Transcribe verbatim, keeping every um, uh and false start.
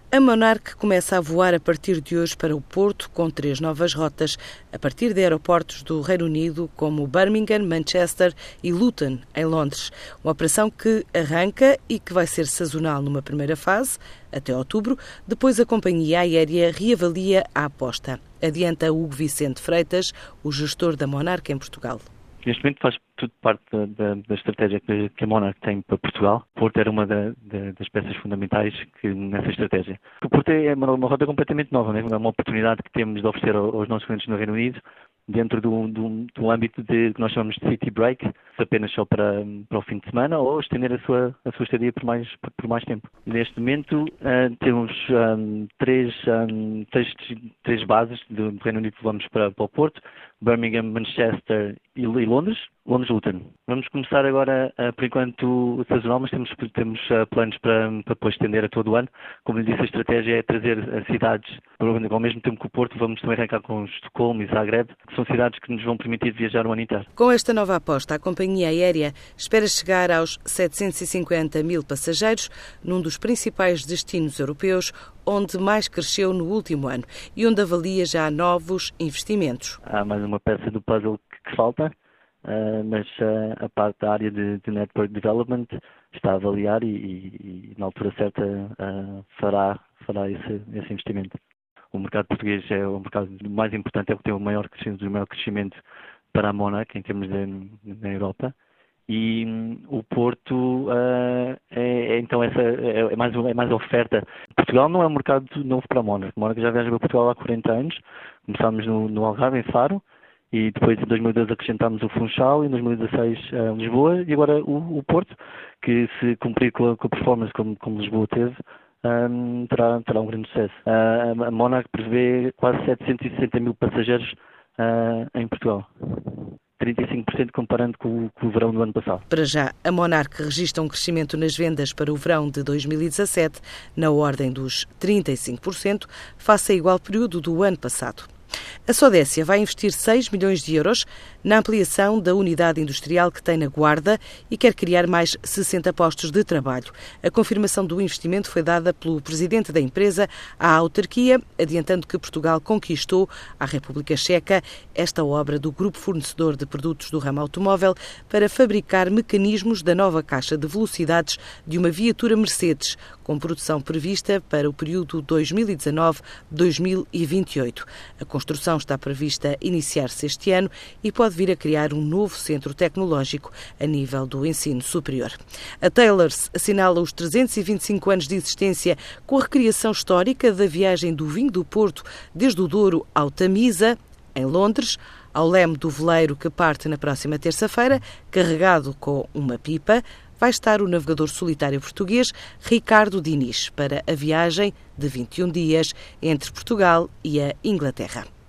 A Monarch começa a voar a partir de hoje para o Porto com três novas rotas, a partir de aeroportos do Reino Unido como Birmingham, Manchester e Luton, em Londres. Uma operação que arranca e que vai ser sazonal numa primeira fase, até outubro. Depois a companhia aérea reavalia a aposta. Adianta Hugo Vicente Freitas, o gestor da Monarch em Portugal. Neste momento faz tudo parte da, da, da estratégia que, que a Monarch tem para Portugal. O Porto era uma da, da, das peças fundamentais que, nessa estratégia. O Porto é uma, uma rota completamente nova, né? É uma oportunidade que temos de oferecer aos nossos clientes no Reino Unido, dentro do, do, do âmbito de, que nós chamamos de City Break, apenas só para, para o fim de semana, ou estender a sua, a sua estadia por mais, por mais tempo. Neste momento uh, temos um, três, um, três, três bases do Reino Unido que vamos para, para o Porto: Birmingham, Manchester e, e Londres. Londres Luton. Vamos começar agora, uh, por enquanto, sazonal, mas temos, temos uh, planos para, para depois estender a todo o ano. Como lhe disse, a estratégia é trazer uh, cidades, ao mesmo tempo que o Porto, vamos também arrancar com Estocolmo e Zagreb, que são cidades que nos vão permitir viajar o ano inteiro. Com esta nova aposta, a companhia aérea espera chegar aos setecentos e cinquenta mil passageiros, num dos principais destinos europeus, onde mais cresceu no último ano e onde avalia já novos investimentos. Há mais uma peça do puzzle que, que falta. Uh, mas uh, a parte da área de, de Network Development está a avaliar e, e, e na altura certa uh, fará, fará esse, esse investimento. O mercado português é o mercado mais importante, é o que tem o maior crescimento, o maior crescimento para a Monarch em termos de, na Europa. E um, o Porto uh, é, é então essa é, é mais é mais oferta. Portugal não é um mercado novo para a Monarch. A Monarch já viaja para Portugal há quarenta anos. Começámos no, no Algarve, em Faro. E depois, em dois mil e doze, acrescentámos o Funchal, em dois mil e dezasseis, uh, Lisboa, e agora o, o Porto, que se cumprir com a, com a performance como, como Lisboa teve, um, terá, terá um grande sucesso. Uh, a Monarch prevê quase setecentos e sessenta mil passageiros uh, em Portugal. trinta e cinco por cento comparando com, com o verão do ano passado. Para já, a Monarch registra um crescimento nas vendas para o verão de dois mil e dezassete na ordem dos trinta e cinco por cento, face a igual período do ano passado. A Sodécia vai investir seis milhões de euros na ampliação da unidade industrial que tem na Guarda e quer criar mais sessenta postos de trabalho. A confirmação do investimento foi dada pelo presidente da empresa à autarquia, adiantando que Portugal conquistou à República Checa esta obra do grupo fornecedor de produtos do ramo automóvel para fabricar mecanismos da nova caixa de velocidades de uma viatura Mercedes, com produção prevista para o período dois mil e dezanove a dois mil e vinte e oito. A construção está prevista iniciar-se este ano e pode vir a criar um novo centro tecnológico a nível do ensino superior. A Taylors assinala os trezentos e vinte e cinco anos de existência com a recriação histórica da viagem do vinho do Porto desde o Douro ao Tamisa, em Londres, ao leme do veleiro que parte na próxima terça-feira, carregado com uma pipa. Vai estar o navegador solitário português Ricardo Diniz para a viagem de vinte e um dias entre Portugal e a Inglaterra.